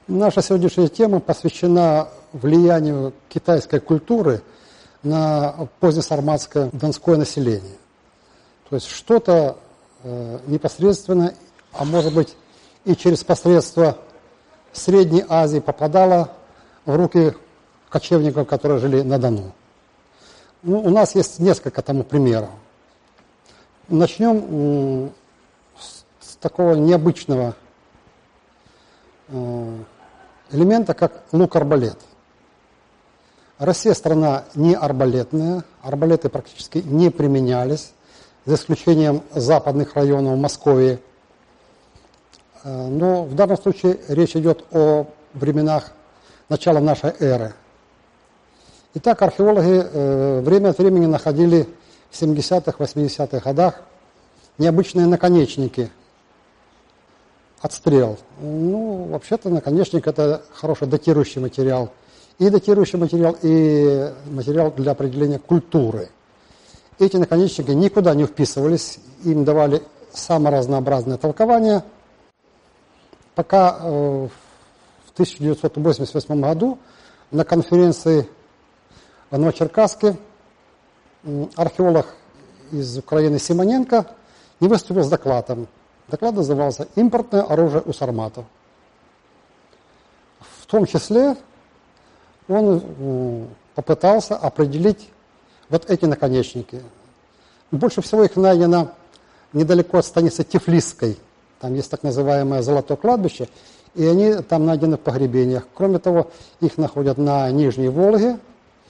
Наша сегодняшняя тема посвящена влиянию китайской культуры на позднесарматское донское население. То есть что-то непосредственно, а может быть и через посредство Средней Азии попадало в руки кочевников, которые жили на Дону. Ну, у нас есть несколько тому примеров. Начнем с такого необычного элемента, как лук-арбалет. Россия страна не арбалетная, арбалеты практически не применялись, за исключением западных районов Московии. Но в данном случае речь идет о временах начала нашей эры. Итак, археологи время от времени находили в 70-х, 80-х годах необычные наконечники от стрел. Ну, вообще-то наконечник – это хороший датирующий материал. И датирующий материал, и материал для определения культуры. Эти наконечники никуда не вписывались, им давали самое разнообразное толкование, пока в 1988 году на конференции в Новочеркасске археолог из Украины Симоненко не выступил с докладом. Доклад назывался «Импортное оружие у сарматов». В том числе он попытался определить вот эти наконечники. Больше всего их найдено недалеко от станицы Тифлисской. Там есть так называемое Золотое кладбище, и они там найдены в погребениях. Кроме того, их находят на Нижней Волге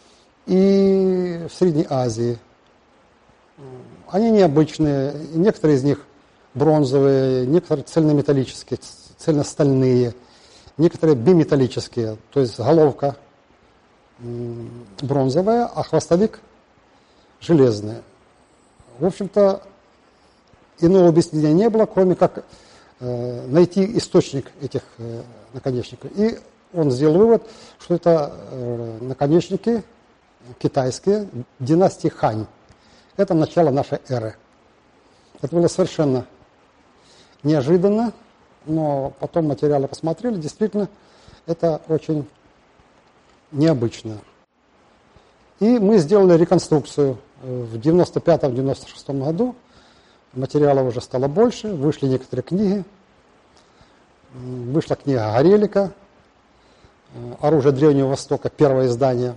и в Средней Азии. Они необычные, некоторые из них бронзовые, некоторые цельнометаллические, цельностальные, некоторые биметаллические, то есть головка бронзовая, а хвостовик железный. В общем-то, иного объяснения не было, кроме как найти источник этих наконечников. И он сделал вывод, что это наконечники китайские династии Хань. Это начало нашей эры. Это было совершенно неожиданно, но потом материалы посмотрели, действительно, это очень необычно. И мы сделали реконструкцию в 95-96 году. Материалов уже стало больше, вышли некоторые книги. Вышла книга Горелика «Оружие Древнего Востока», первое издание.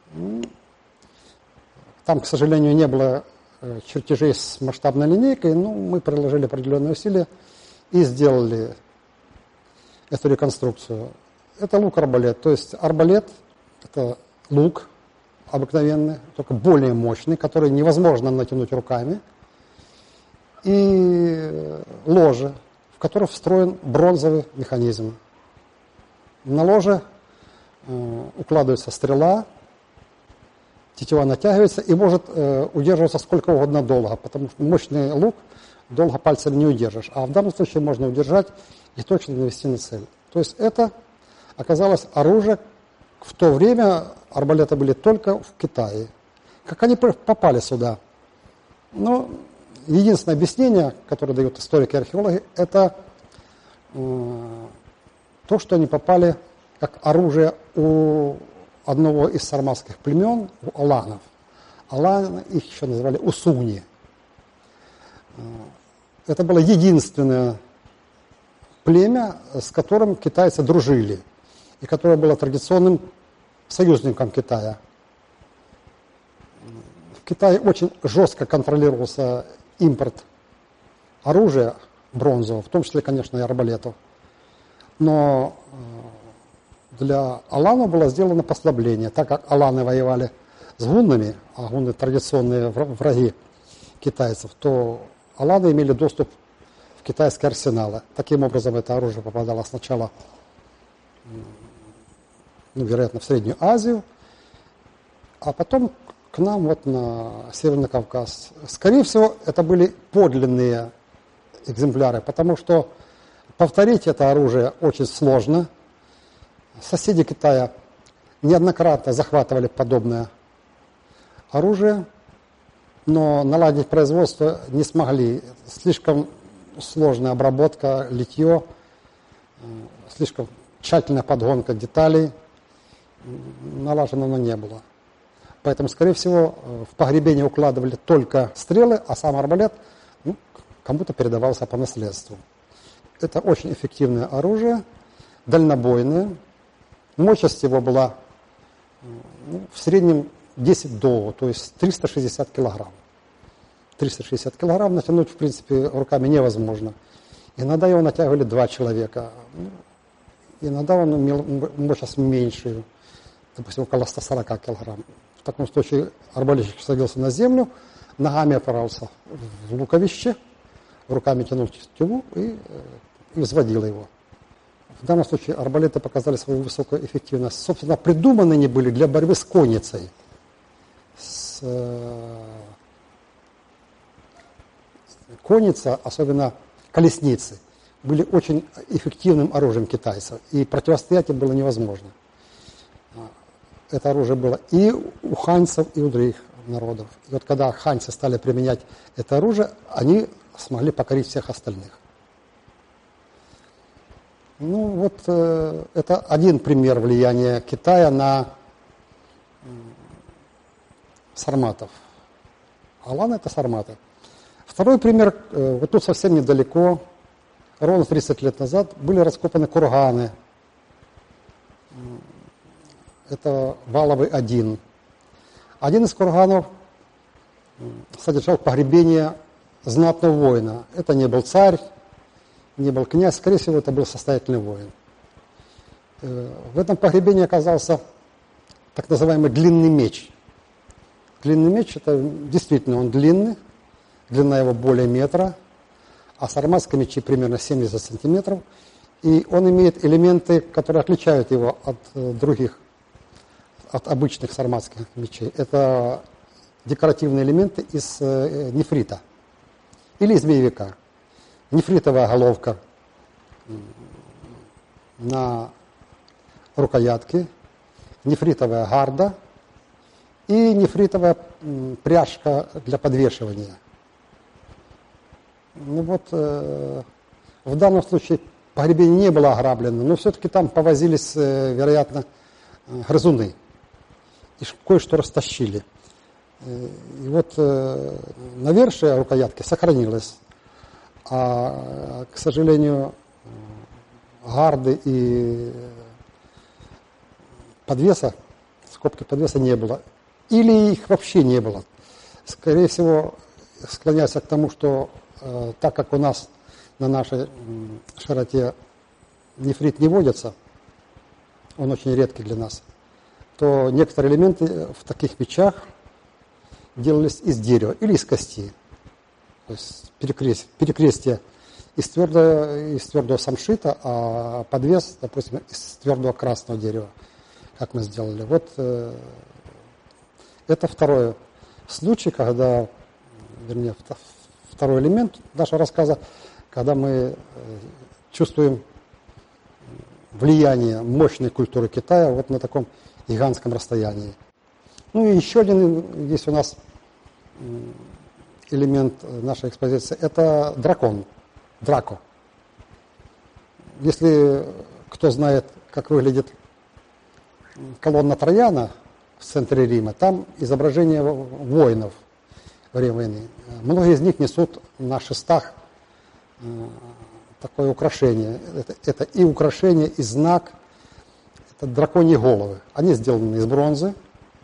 Там, к сожалению, не было чертежей с масштабной линейкой, но мы приложили определенные усилия и сделали эту реконструкцию. Это лук-арбалет, то есть арбалет – это лук обыкновенный, только более мощный, который невозможно натянуть руками, и ложе, в которое встроен бронзовый механизм. На ложе укладывается стрела, тетива натягивается и может удерживаться сколько угодно долго, потому что мощный лук долго пальцем не удержишь. А в данном случае можно удержать и точно навести на цель. То есть это оказалось оружие. В то время арбалеты были только в Китае. Как они попали сюда? Ну, единственное объяснение, которое дают историки и археологи, это то, что они попали как оружие у одного из сарматских племен, у аланов. Аланы, их еще называли усуни. Это было единственное племя, с которым китайцы дружили, и которое было традиционным союзником Китая. В Китае очень жестко контролировался импорт оружия бронзового, в том числе, конечно, и арбалетов. Но для аланов было сделано послабление, так как аланы воевали с гуннами, а гунны традиционные враги китайцев, то аланы имели доступ в китайские арсеналы. Таким образом, это оружие попадало сначала, вероятно, в Среднюю Азию, а потом к нам вот на Северный Кавказ. Скорее всего, это были подлинные экземпляры, потому что повторить это оружие очень сложно. Соседи Китая неоднократно захватывали подобное оружие, но наладить производство не смогли. Слишком сложная обработка, литье, слишком тщательная подгонка деталей налажено не было. Поэтому, скорее всего, в погребение укладывали только стрелы, а сам арбалет кому-то передавался по наследству. Это очень эффективное оружие, дальнобойное. Мощность его была в среднем 10 до, то есть 360 килограмм. 360 килограмм натянуть, в принципе, руками невозможно. Иногда его натягивали 2 человека. Иногда он имел мощность меньшую, допустим, около 140 килограмм. В таком случае арбалетчик садился на землю, ногами опирался в луковище, руками тянул тетиву и взводил его. В данном случае арбалеты показали свою высокую эффективность. Собственно, придуманы они были для борьбы с конницей. Конница, особенно колесницы, были очень эффективным оружием китайцев, и противостоять им было невозможно. Это оружие было и у ханьцев, и у других народов. И вот когда ханьцы стали применять это оружие, они смогли покорить всех остальных. Ну вот это один пример влияния Китая на сарматов. Алан — это сарматы. Второй пример, вот тут совсем недалеко, ровно 30 лет назад были раскопаны курганы. Это Валовый 1. Один из курганов содержал погребение знатного воина. Это не был царь, не был князь, скорее всего, это был состоятельный воин. В этом погребении оказался так называемый длинный меч. Длинный меч, это действительно он длинный, длина его более метра, а сарматские мечи примерно 70 сантиметров. И он имеет элементы, которые отличают его от других, от обычных сарматских мечей. Это декоративные элементы из нефрита или из змеевика. Нефритовая головка на рукоятке, нефритовая гарда и нефритовая пряжка для подвешивания. Ну вот, в данном случае погребение не было ограблено, но все-таки там повозились, вероятно, грызуны. И кое-что растащили. И вот навершие рукоятки сохранилось. А, к сожалению, гарды и подвеса, скобки подвеса не было. Или их вообще не было. Скорее всего, склоняюсь к тому, что так как у нас на нашей широте нефрит не водится, он очень редкий для нас, то некоторые элементы в таких мечах делались из дерева или из кости. То есть перекрестие из твердого самшита, а подвес, допустим, из твердого красного дерева, как мы сделали. Вот это второй случай, когда, вернее, второй элемент нашего рассказа, когда мы чувствуем влияние мощной культуры Китая вот на таком гигантском расстоянии. Ну и еще один есть у нас элемент нашей экспозиции – это дракон, драко. Если кто знает, как выглядит колонна Трояна в центре Рима, там изображение воинов во время войны. Многие из них несут на шестах такое украшение. Это и украшение, и знак. Это драконьи головы. Они сделаны из бронзы.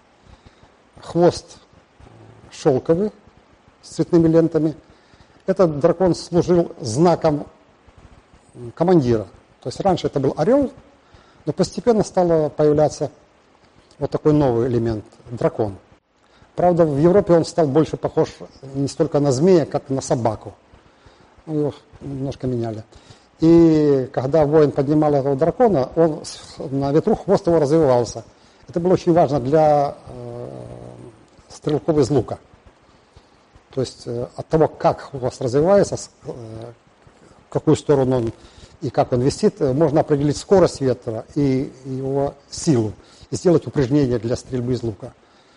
Хвост шелковый с цветными лентами. Этот дракон служил знаком командира. То есть раньше это был орел, но постепенно стало появляться вот такой новый элемент – дракон. Правда, в Европе он стал больше похож не столько на змея, как на собаку. Его немножко меняли. И когда воин поднимал этого дракона, он на ветру хвост его развивался. Это было очень важно для стрелков из лука. То есть от того, как хвост развивается, в какую сторону он и как он висит, можно определить скорость ветра и его силу, и сделать упражнения для стрельбы из лука.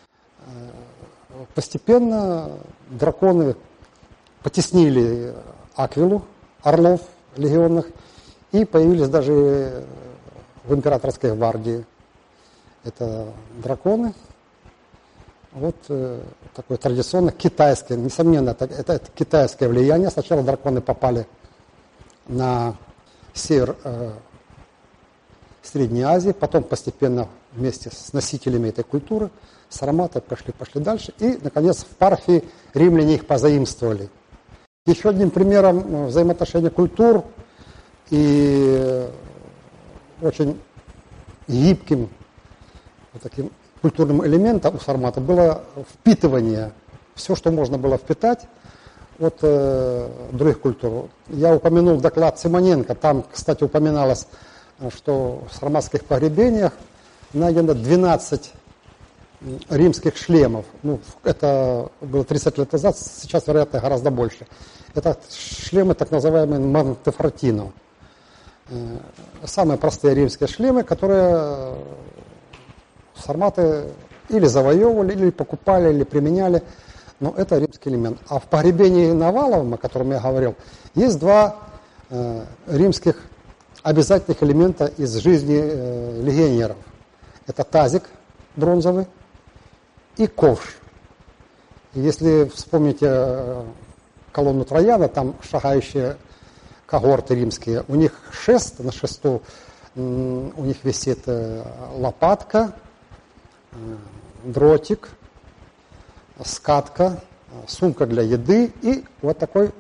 Постепенно драконы потеснили Аквилу, орлов легионных, и появились даже в императорской гвардии. Это драконы. Вот такое традиционно китайское, несомненно, это китайское влияние. Сначала драконы попали на север Средней Азии, потом постепенно вместе с носителями этой культуры, сарматы пошли дальше. И, наконец, в Парфии римляне их позаимствовали. Еще одним примером взаимоотношения культур и очень гибким вот таким культурным элементом у сармата было впитывание. Все, что можно было впитать от других культур. Я упомянул доклад Симоненко. Там, кстати, упоминалось, что в сарматских погребениях найдено 12 римских шлемов. Ну, это было 30 лет назад, сейчас, вероятно, гораздо больше. Это шлемы, так называемые Монтефортино. Самые простые римские шлемы, которые сарматы или завоевывали, или покупали, или применяли. Но это римский элемент. А в погребении Наваловым, о котором я говорил, есть два римских обязательных элемента из жизни легионеров. Это тазик бронзовый и ковш. И если вспомните колонну Трояна, там шагающие когорты римские, у них шест, на шесту у них висит лопатка, дротик, скатка, сумка для еды и вот такой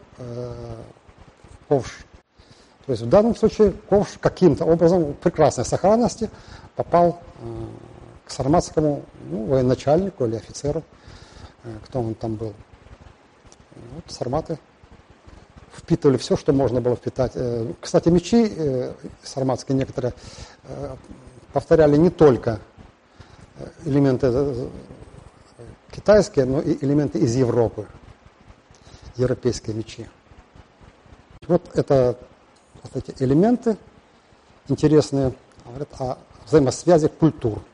ковш. То есть в данном случае ковш каким-то образом в прекрасной сохранности попал к сарматскому военачальнику или офицеру, кто он там был. Вот сарматы впитывали все, что можно было впитать. Кстати, мечи сарматские некоторые повторяли не только элементы китайские, но и элементы из Европы, европейские мечи. Вот это вот эти элементы интересные, говорят о взаимосвязи культур.